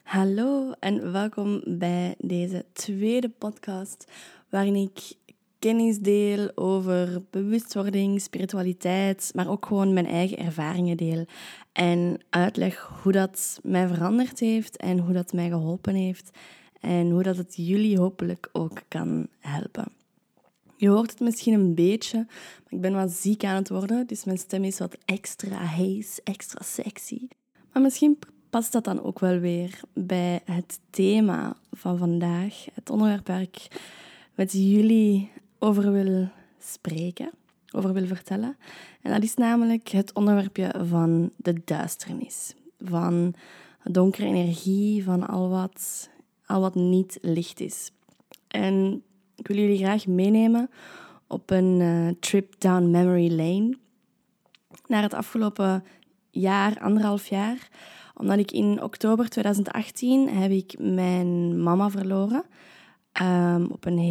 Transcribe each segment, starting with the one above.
Hallo en welkom bij deze tweede podcast waarin ik kennis deel over bewustwording, spiritualiteit, maar ook gewoon mijn eigen ervaringen deel en uitleg hoe dat mij veranderd heeft en hoe dat mij geholpen heeft en hoe dat het jullie hopelijk ook kan helpen. Je hoort het misschien een beetje, maar ik ben wat ziek aan het worden, dus mijn stem is wat extra hees, extra sexy. Maar misschien past dat dan ook wel weer bij het thema van vandaag, het onderwerp waar ik met jullie over wil spreken, over wil vertellen. En dat is namelijk het onderwerpje van de duisternis, van donkere energie, van al wat niet licht is. En ik wil jullie graag meenemen op een trip down memory lane naar het afgelopen jaar, 1,5 jaar. Omdat ik in oktober 2018 heb ik mijn mama verloren. Op een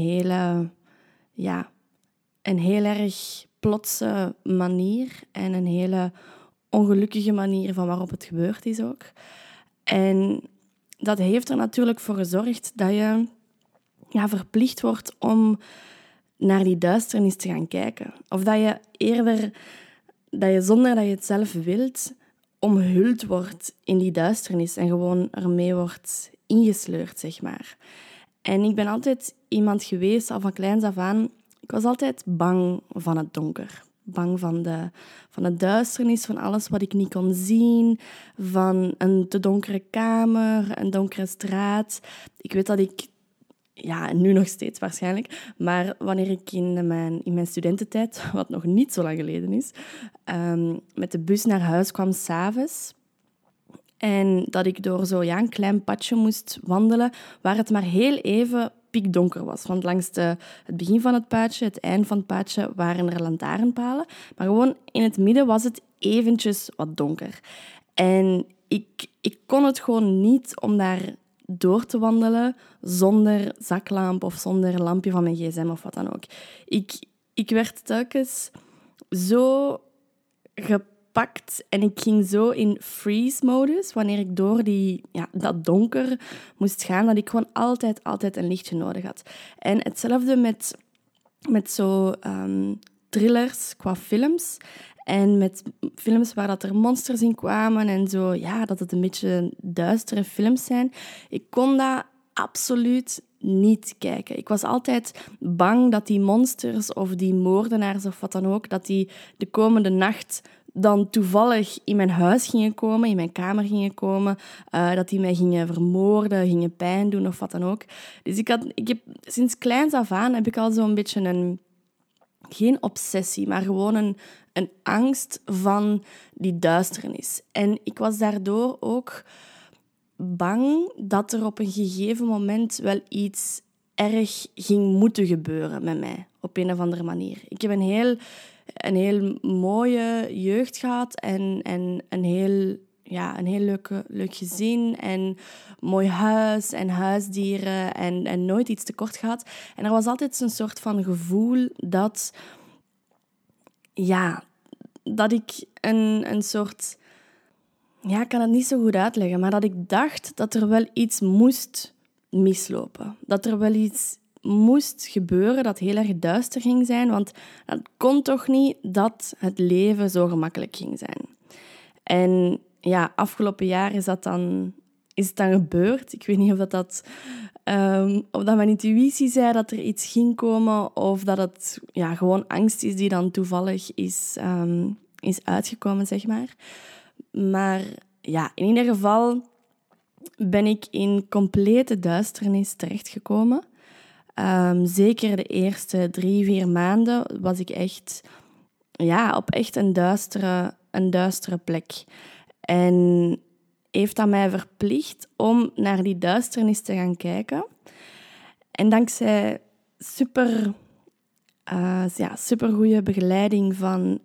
heel erg plotse manier. En een hele ongelukkige manier van waarop het gebeurd is ook. En dat heeft er natuurlijk voor gezorgd dat je verplicht wordt om naar die duisternis te gaan kijken. Of dat je eerder, dat je zonder dat je het zelf wilt, omhuld wordt in die duisternis en gewoon ermee wordt ingesleurd, zeg maar. En ik ben altijd iemand geweest, al van kleins af aan, ik was altijd bang van het donker. Bang van de duisternis, van alles wat ik niet kon zien, van een te donkere kamer, een donkere straat. Ik weet dat ik, nu nog steeds waarschijnlijk, maar wanneer ik in mijn studententijd, wat nog niet zo lang geleden is, met de bus naar huis kwam 's avonds en dat ik door een klein padje moest wandelen waar het maar heel even pikdonker was. Want langs het begin van het paadje, het eind van het paadje, waren er lantaarnpalen. Maar gewoon in het midden was het eventjes wat donker. En ik kon het gewoon niet om daar door te wandelen zonder zaklamp of zonder lampje van mijn gsm of wat dan ook. Ik werd telkens zo gepakt en ik ging zo in freeze-modus wanneer ik door dat donker moest gaan, dat ik gewoon altijd een lichtje nodig had. En hetzelfde met zo thrillers qua films. En met films waar dat er monsters in kwamen en zo, dat het een beetje duistere films zijn. Ik kon dat absoluut niet kijken. Ik was altijd bang dat die monsters of die moordenaars of wat dan ook, dat die de komende nacht dan toevallig in mijn huis gingen komen, in mijn kamer gingen komen, dat die mij gingen vermoorden, gingen pijn doen of wat dan ook. Dus ik heb sinds kleins af aan heb ik al zo'n beetje geen obsessie, maar gewoon een angst van die duisternis. En ik was daardoor ook bang dat er op een gegeven moment wel iets erg ging moeten gebeuren met mij, op een of andere manier. Ik heb een heel mooie jeugd gehad en een heel leuk gezin en mooi huis en huisdieren en nooit iets tekort gehad. En er was altijd een soort van gevoel dat ik een soort... Ja, ik kan het niet zo goed uitleggen, maar dat ik dacht dat er wel iets moest mislopen. Dat er wel iets moest gebeuren dat heel erg duister ging zijn, want het kon toch niet dat het leven zo gemakkelijk ging zijn. En afgelopen jaar is het dan gebeurd. Ik weet niet of dat mijn intuïtie zei dat er iets ging komen, of dat het gewoon angst is die dan toevallig is uitgekomen, zeg maar. Maar in ieder geval ben ik in complete duisternis terechtgekomen. Zeker de eerste 3-4 maanden was ik echt, op echt een duistere plek. En heeft dat mij verplicht om naar die duisternis te gaan kijken. En dankzij super goede begeleiding van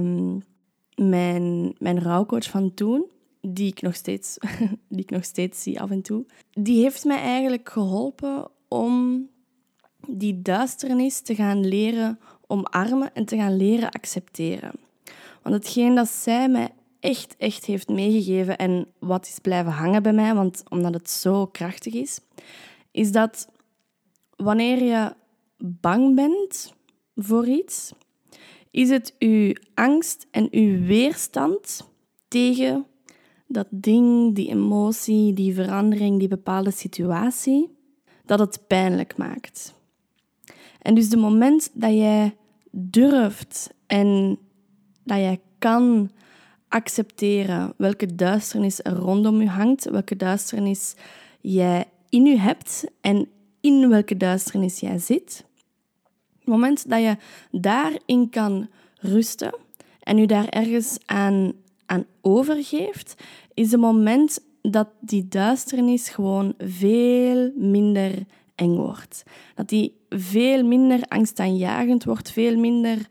mijn rouwcoach van toen, die ik nog steeds zie af en toe, die heeft mij eigenlijk geholpen om die duisternis te gaan leren omarmen en te gaan leren accepteren. Want hetgeen dat zij mij echt heeft meegegeven en wat is blijven hangen bij mij, omdat het zo krachtig is dat wanneer je bang bent voor iets, is het uw angst en uw weerstand tegen dat ding, die emotie, die verandering, die bepaalde situatie, dat het pijnlijk maakt. En dus de moment dat jij durft en dat jij kan accepteren welke duisternis er rondom je hangt, welke duisternis jij in je hebt en in welke duisternis jij zit. Het moment dat je daarin kan rusten en je daar ergens aan overgeeft, is het moment dat die duisternis gewoon veel minder eng wordt. Dat die veel minder angstaanjagend wordt, veel minder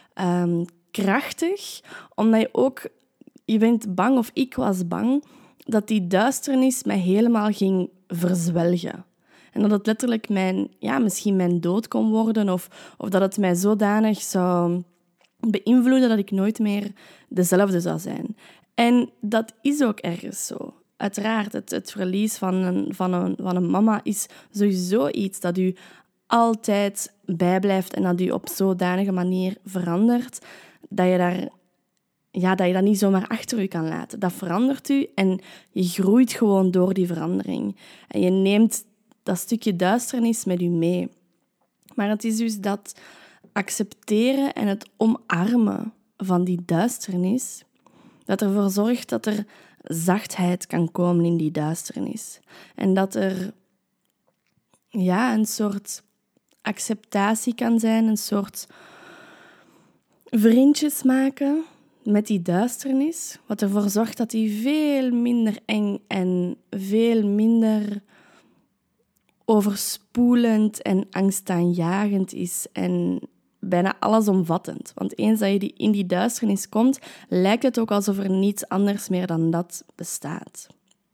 krachtig, omdat je bent bang, of ik was bang, dat die duisternis mij helemaal ging verzwelgen. En dat het letterlijk misschien mijn dood kon worden, of dat het mij zodanig zou beïnvloeden dat ik nooit meer dezelfde zou zijn. En dat is ook ergens zo. Uiteraard, het verlies van een mama is sowieso iets dat u altijd bijblijft en dat u op zodanige manier verandert, dat je dat niet zomaar achter u kan laten. Dat verandert u en je groeit gewoon door die verandering. En je neemt dat stukje duisternis met u mee. Maar het is dus dat accepteren en het omarmen van die duisternis dat ervoor zorgt dat er zachtheid kan komen in die duisternis. En dat er een soort acceptatie kan zijn, een soort vriendjes maken met die duisternis, wat ervoor zorgt dat die veel minder eng en veel minder overspoelend en angstaanjagend is en bijna allesomvattend. Want eens dat je in die duisternis komt, lijkt het ook alsof er niets anders meer dan dat bestaat.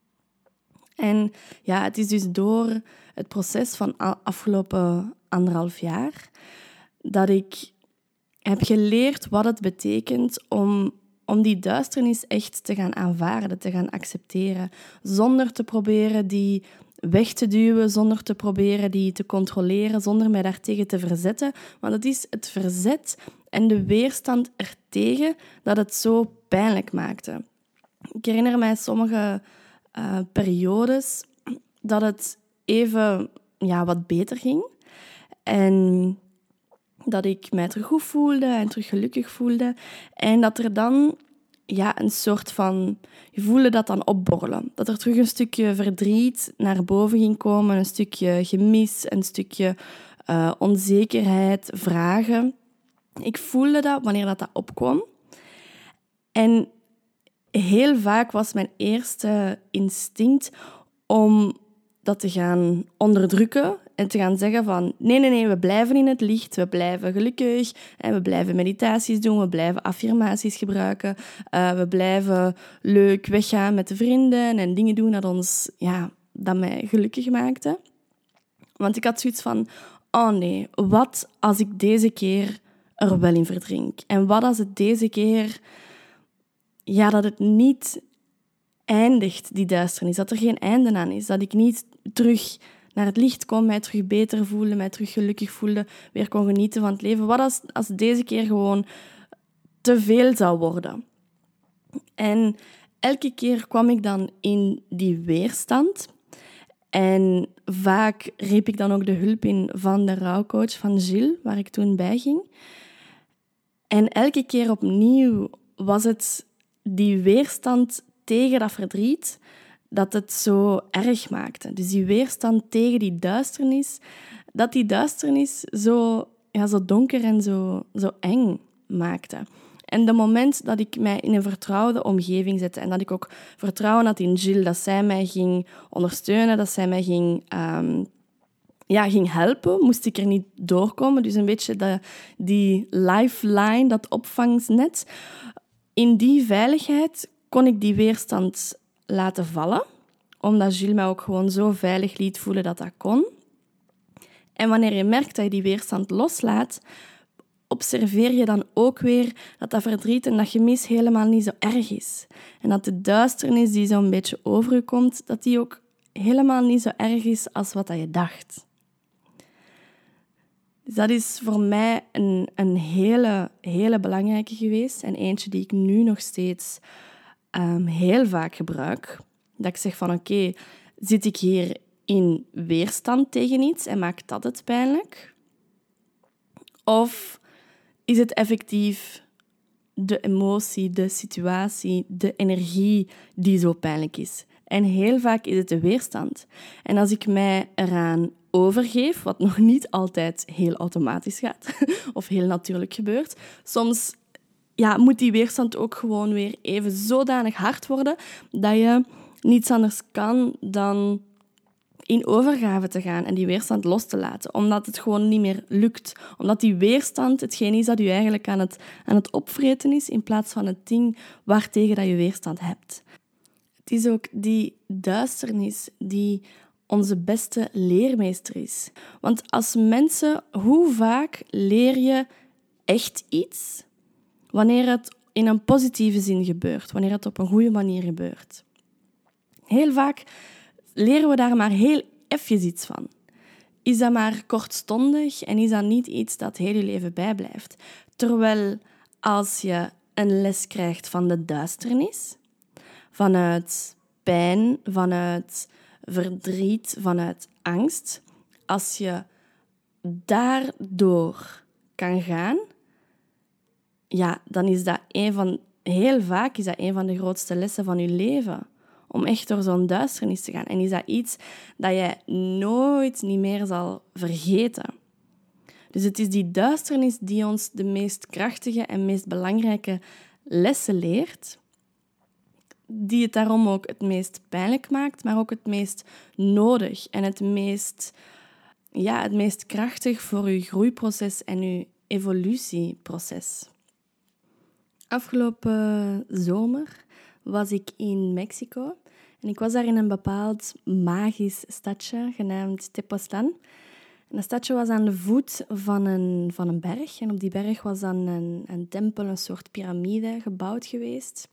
En het is dus door het proces van afgelopen 1,5 jaar dat ik heb geleerd wat het betekent om die duisternis echt te gaan aanvaarden, te gaan accepteren, zonder te proberen die weg te duwen, zonder te proberen die te controleren, zonder mij daartegen te verzetten. Want het is het verzet en de weerstand ertegen dat het zo pijnlijk maakte. Ik herinner mij sommige periodes dat het even wat beter ging. En dat ik mij terug goed voelde en terug gelukkig voelde. En dat er dan een soort van... Je voelde dat dan opborrelen. Dat er terug een stukje verdriet naar boven ging komen, een stukje gemis, een stukje onzekerheid, vragen. Ik voelde dat wanneer dat opkwam. En heel vaak was mijn eerste instinct om dat te gaan onderdrukken en te gaan zeggen van nee, we blijven in het licht, we blijven gelukkig en we blijven meditaties doen, we blijven affirmaties gebruiken, we blijven leuk weggaan met de vrienden en dingen doen dat mij gelukkig maakte. Want ik had zoiets van, oh nee, wat als ik deze keer er wel in verdrink? En wat als het deze keer dat het niet eindigt, die duisternis, dat er geen einde aan is, dat ik niet terug naar het licht kom, mij terug beter voelde, mij terug gelukkig voelde, weer kon genieten van het leven. Wat als deze keer gewoon te veel zou worden? En elke keer kwam ik dan in die weerstand. En vaak riep ik dan ook de hulp in van de rouwcoach van Gilles, waar ik toen bij ging. En elke keer opnieuw was het die weerstand tegen dat verdriet dat het zo erg maakte. Dus die weerstand tegen die duisternis, dat die duisternis zo donker en zo eng maakte. En de moment dat ik mij in een vertrouwde omgeving zette en dat ik ook vertrouwen had in Gilles, dat zij mij ging ondersteunen, dat zij mij ging helpen, moest ik er niet doorkomen. Dus een beetje die lifeline, dat opvangnet. In die veiligheid kon ik die weerstand laten vallen, omdat Gilles mij ook gewoon zo veilig liet voelen dat dat kon. En wanneer je merkt dat je die weerstand loslaat, observeer je dan ook weer dat verdriet en dat gemis helemaal niet zo erg is. En dat de duisternis die zo'n beetje over je komt, dat die ook helemaal niet zo erg is als wat je dacht. Dus dat is voor mij een hele belangrijke geweest. En eentje die ik nu nog steeds heel vaak gebruik. Dat ik zeg van oké, zit ik hier in weerstand tegen iets en maakt dat het pijnlijk? Of is het effectief de emotie, de situatie, de energie die zo pijnlijk is? En heel vaak is het de weerstand. En als ik mij eraan overgeef, wat nog niet altijd heel automatisch gaat of heel natuurlijk gebeurt, soms moet die weerstand ook gewoon weer even zodanig hard worden dat je niets anders kan dan in overgave te gaan en die weerstand los te laten, omdat het gewoon niet meer lukt. Omdat die weerstand hetgeen is dat je eigenlijk aan het opvreten is, in plaats van het ding waartegen dat je weerstand hebt. Het is ook die duisternis die onze beste leermeester is. Want als mensen, hoe vaak leer je echt iets wanneer het in een positieve zin gebeurt, wanneer het op een goede manier gebeurt? Heel vaak leren we daar maar heel even iets van. Is dat maar kortstondig en is dat niet iets dat heel je leven bijblijft? Terwijl als je een les krijgt van de duisternis, vanuit pijn, vanuit verdriet, vanuit angst, als je daardoor kan gaan, dan is dat heel vaak is dat een van de grootste lessen van je leven. Om echt door zo'n duisternis te gaan. En is dat iets dat je nooit niet meer zal vergeten. Dus het is die duisternis die ons de meest krachtige en meest belangrijke lessen leert. Die het daarom ook het meest pijnlijk maakt, maar ook het meest nodig. En het meest krachtig voor je groeiproces en je evolutieproces. Afgelopen zomer was ik in Mexico. En ik was daar in een bepaald magisch stadje genaamd Tepoztlán. En dat stadje was aan de voet van een berg. En op die berg was dan een tempel, een soort piramide, gebouwd geweest.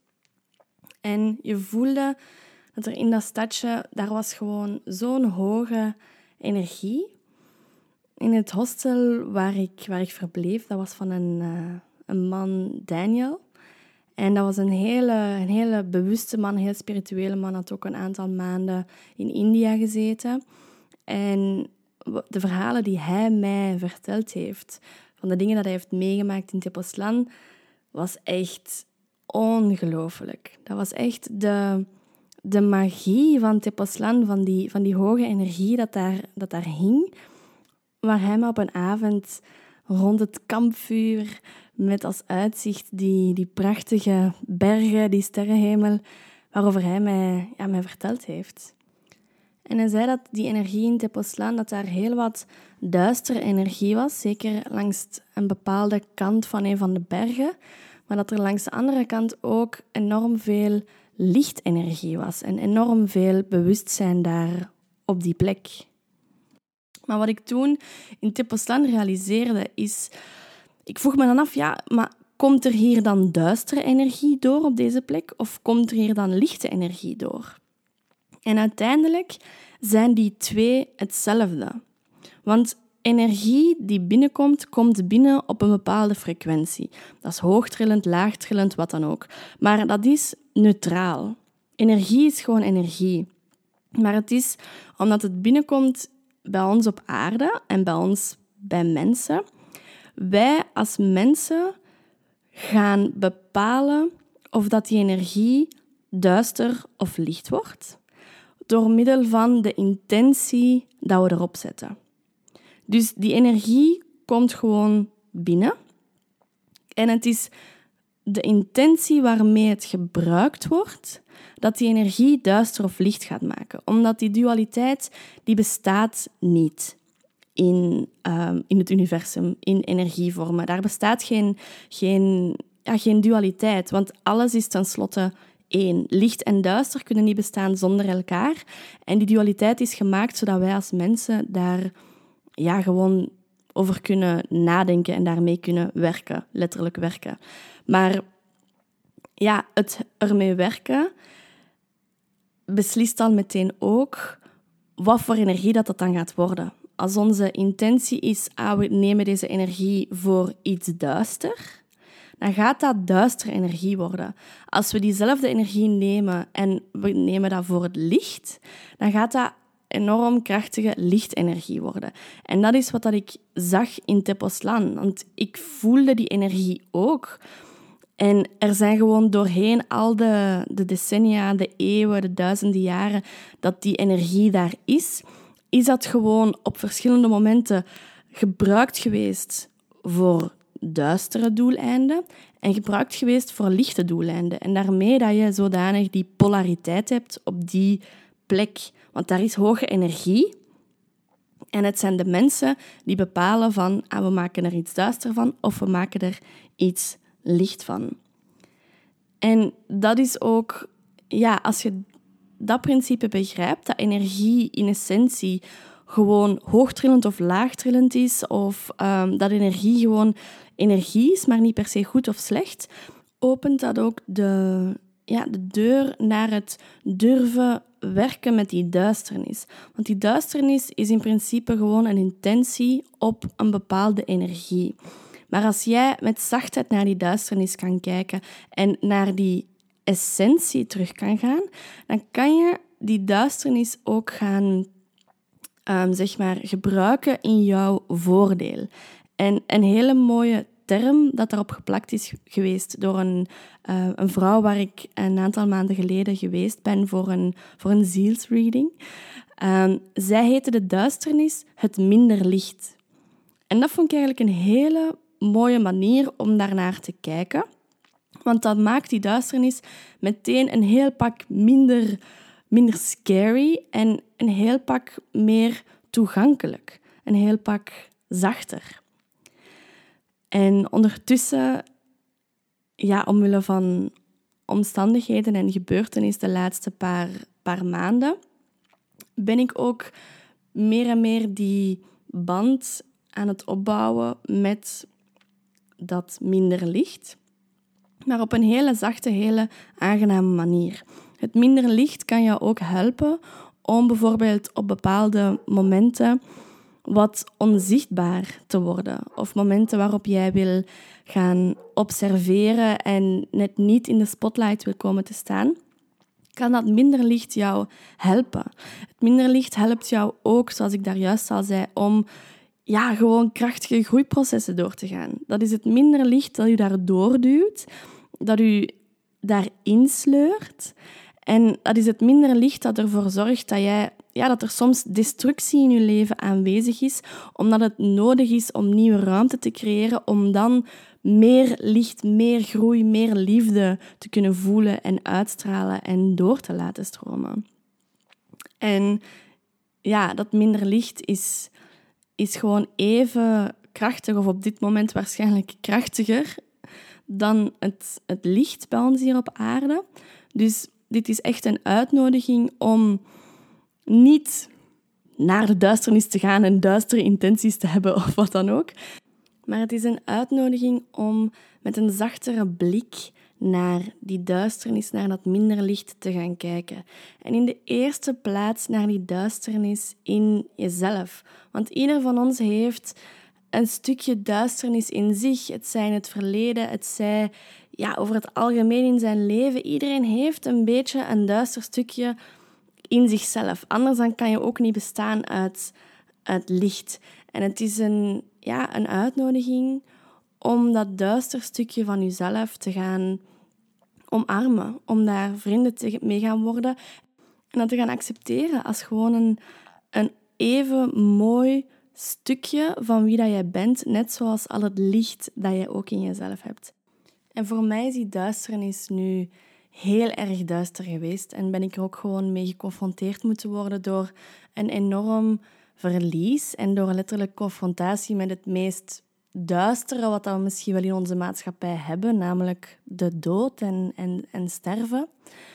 En je voelde dat er in dat stadje, daar was gewoon zo'n hoge energie. In het hostel waar ik verbleef, dat was van een man, Daniel. En dat was een hele bewuste man, een heel spirituele man. Had ook een aantal maanden in India gezeten. En de verhalen die hij mij verteld heeft, van de dingen dat hij heeft meegemaakt in Tepoztlán, was echt ongelooflijk. Dat was echt de magie van Tepoztlán, van die hoge energie dat daar hing, waar hij me op een avond rond het kampvuur met als uitzicht die prachtige bergen, die sterrenhemel, waarover hij mij verteld heeft. En hij zei dat die energie in Tepoztlán, dat daar heel wat duistere energie was, zeker langs een bepaalde kant van een van de bergen, maar dat er langs de andere kant ook enorm veel lichtenergie was en enorm veel bewustzijn daar op die plek. Maar wat ik toen in Tepoztlán realiseerde is, ik vroeg me dan af, maar komt er hier dan duistere energie door op deze plek of komt er hier dan lichte energie door? En uiteindelijk zijn die twee hetzelfde. Want energie die binnenkomt, komt binnen op een bepaalde frequentie. Dat is hoogtrillend, laagtrillend, wat dan ook. Maar dat is neutraal. Energie is gewoon energie. Maar het is omdat het binnenkomt bij ons op aarde en bij mensen. Wij als mensen gaan bepalen of dat die energie duister of licht wordt, door middel van de intentie dat we erop zetten. Dus die energie komt gewoon binnen. En het is de intentie waarmee het gebruikt wordt, dat die energie duister of licht gaat maken. Omdat die dualiteit, die bestaat niet in het universum, in energievormen. Daar bestaat geen dualiteit, want alles is tenslotte één. Licht en duister kunnen niet bestaan zonder elkaar. En die dualiteit is gemaakt zodat wij als mensen daar gewoon over kunnen nadenken en daarmee kunnen werken, letterlijk werken. Maar ja, het ermee werken beslist dan meteen ook wat voor energie dat dan gaat worden. Als onze intentie is, we nemen deze energie voor iets duister, dan gaat dat duistere energie worden. Als we diezelfde energie nemen en we nemen dat voor het licht, dan gaat dat enorm krachtige lichtenergie worden. En dat is wat ik zag in Tepoztlán, want ik voelde die energie ook. En er zijn gewoon doorheen al de decennia, de eeuwen, de duizenden jaren dat die energie daar is dat gewoon op verschillende momenten gebruikt geweest voor duistere doeleinden en gebruikt geweest voor lichte doeleinden. En daarmee dat je zodanig die polariteit hebt op die plek. Want daar is hoge energie en het zijn de mensen die bepalen van we maken er iets duister van of we maken er iets licht van. En dat is ook, als je dat principe begrijpt, dat energie in essentie gewoon hoogtrillend of laagtrillend is, of dat energie gewoon energie is, maar niet per se goed of slecht, opent dat ook de deur naar het durven werken met die duisternis. Want die duisternis is in principe gewoon een intentie op een bepaalde energie. Maar als jij met zachtheid naar die duisternis kan kijken en naar die essentie terug kan gaan, dan kan je die duisternis ook gaan gebruiken in jouw voordeel. En een hele mooie term dat daarop geplakt is geweest door een vrouw waar ik een aantal maanden geleden geweest ben voor een zielsreading. Zij heette de duisternis het minder licht. En dat vond ik eigenlijk een hele mooie manier om daarnaar te kijken. Want dat maakt die duisternis meteen een heel pak minder scary en een heel pak meer toegankelijk. Een heel pak zachter. En ondertussen, omwille van omstandigheden en gebeurtenissen de laatste paar maanden, ben ik ook meer en meer die band aan het opbouwen met dat minder licht, maar op een hele zachte, hele aangename manier. Het minder licht kan jou ook helpen om bijvoorbeeld op bepaalde momenten wat onzichtbaar te worden. Of momenten waarop jij wil gaan observeren en net niet in de spotlight wil komen te staan, kan dat minder licht jou helpen. Het minder licht helpt jou ook, zoals ik daar juist al zei, om gewoon krachtige groeiprocessen door te gaan. Dat is het minder licht dat u daar doorduwt, dat u daarin sleurt. En dat is het minder licht dat ervoor zorgt dat er soms destructie in je leven aanwezig is, omdat het nodig is om nieuwe ruimte te creëren, om dan meer licht, meer groei, meer liefde te kunnen voelen en uitstralen en door te laten stromen. En dat minder licht is gewoon even krachtig, of op dit moment waarschijnlijk krachtiger, dan het licht bij ons hier op aarde. Dus dit is echt een uitnodiging om niet naar de duisternis te gaan en duistere intenties te hebben of wat dan ook. Maar het is een uitnodiging om met een zachtere blik naar die duisternis, naar dat minder licht te gaan kijken. En in de eerste plaats naar die duisternis in jezelf. Want ieder van ons heeft een stukje duisternis in zich. Het zij in het verleden, het zij over het algemeen in zijn leven. Iedereen heeft een beetje een duister stukje in zichzelf. Anders dan kan je ook niet bestaan uit licht. En het is een uitnodiging om dat duister stukje van jezelf te gaan omarmen. Om daar vrienden mee gaan worden. En dat te gaan accepteren als gewoon een even mooi stukje van wie dat jij bent. Net zoals al het licht dat jij ook in jezelf hebt. En voor mij is die duisternis nu heel erg duister geweest. En ben ik er ook gewoon mee geconfronteerd moeten worden door een enorm verlies. En door letterlijk confrontatie met het meest duistere wat we misschien wel in onze maatschappij hebben. Namelijk de dood en sterven.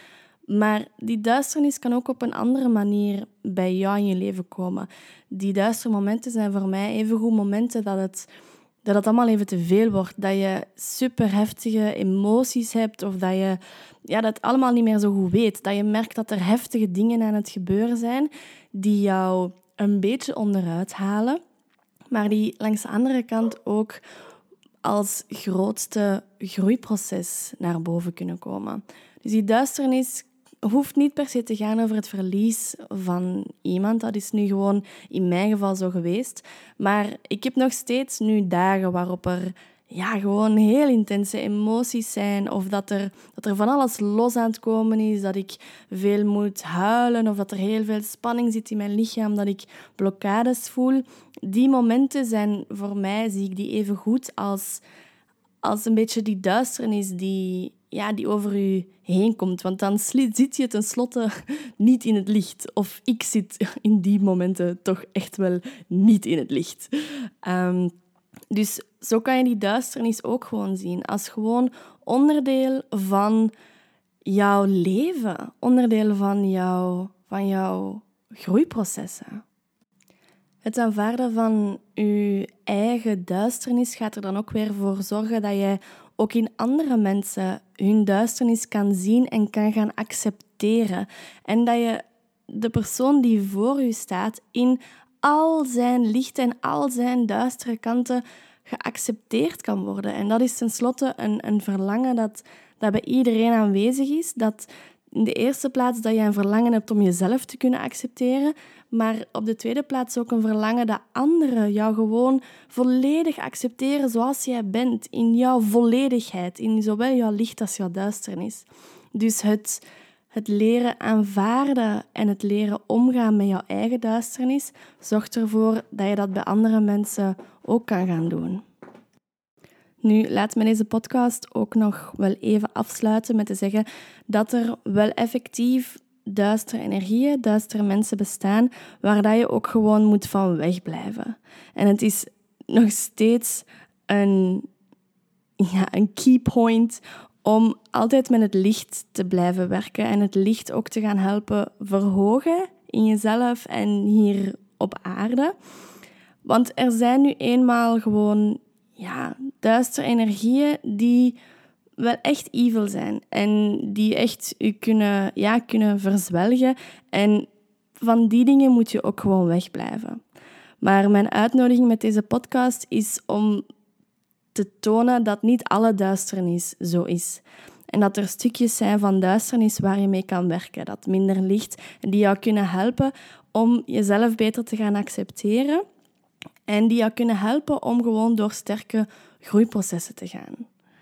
Maar die duisternis kan ook op een andere manier bij jou in je leven komen. Die duistere momenten zijn voor mij evengoed momenten dat het allemaal even te veel wordt. Dat je super heftige emoties hebt of dat je dat het allemaal niet meer zo goed weet. Dat je merkt dat er heftige dingen aan het gebeuren zijn die jou een beetje onderuit halen, maar die langs de andere kant ook als grootste groeiproces naar boven kunnen komen. Dus die duisternis hoeft niet per se te gaan over het verlies van iemand. Dat is nu gewoon in mijn geval zo geweest. Maar ik heb nog steeds nu dagen waarop er gewoon heel intense emoties zijn. Of dat er van alles los aan het komen is. Dat ik veel moet huilen. Of dat er heel veel spanning zit in mijn lichaam. Dat ik blokkades voel. Die momenten zijn voor mij, zie ik die even goed als een beetje die duisternis die over u heen komt. Want dan zit je tenslotte niet in het licht. Of ik zit in die momenten toch echt wel niet in het licht. Dus zo kan je die duisternis ook gewoon zien. Als gewoon onderdeel van jouw leven. Onderdeel van jouw groeiprocessen. Het aanvaarden van je eigen duisternis gaat er dan ook weer voor zorgen dat jij ook in andere mensen hun duisternis kan zien en kan gaan accepteren. En dat je de persoon die voor je staat in al zijn licht en al zijn duistere kanten geaccepteerd kan worden. En dat is tenslotte een verlangen dat bij iedereen aanwezig is. Dat in de eerste plaats dat je een verlangen hebt om jezelf te kunnen accepteren, maar op de tweede plaats ook een verlangen dat anderen jou gewoon volledig accepteren zoals jij bent, in jouw volledigheid, in zowel jouw licht als jouw duisternis. Dus het leren aanvaarden en het leren omgaan met jouw eigen duisternis zorgt ervoor dat je dat bij andere mensen ook kan gaan doen. Nu, laat me deze podcast ook nog wel even afsluiten met te zeggen dat er wel effectief duistere energieën, duistere mensen bestaan, waar dat je ook gewoon moet van wegblijven. En het is nog steeds een key point om altijd met het licht te blijven werken en het licht ook te gaan helpen verhogen in jezelf en hier op aarde. Want er zijn nu eenmaal gewoon duistere energieën die wel echt evil zijn en die echt u kunnen verzwelgen. En van die dingen moet je ook gewoon wegblijven. Maar mijn uitnodiging met deze podcast is om te tonen dat niet alle duisternis zo is. En dat er stukjes zijn van duisternis waar je mee kan werken. Dat minder licht en die jou kunnen helpen om jezelf beter te gaan accepteren. En die jou kunnen helpen om gewoon door sterke groeiprocessen te gaan.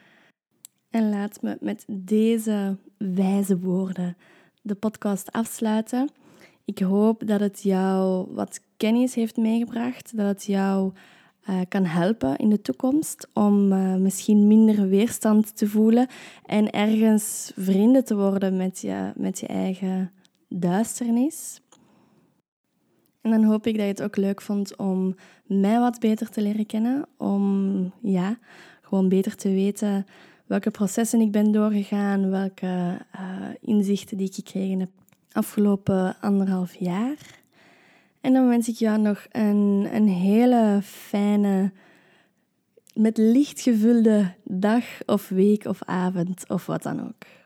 En laat me met deze wijze woorden de podcast afsluiten. Ik hoop dat het jou wat kennis heeft meegebracht. Dat het jou kan helpen in de toekomst om misschien minder weerstand te voelen en ergens vrienden te worden met je eigen duisternis. En dan hoop ik dat je het ook leuk vond om mij wat beter te leren kennen. Om gewoon beter te weten welke processen ik ben doorgegaan. Welke inzichten die ik gekregen heb afgelopen 1,5 jaar. En dan wens ik jou nog een hele fijne, met licht gevulde dag of week of avond of wat dan ook.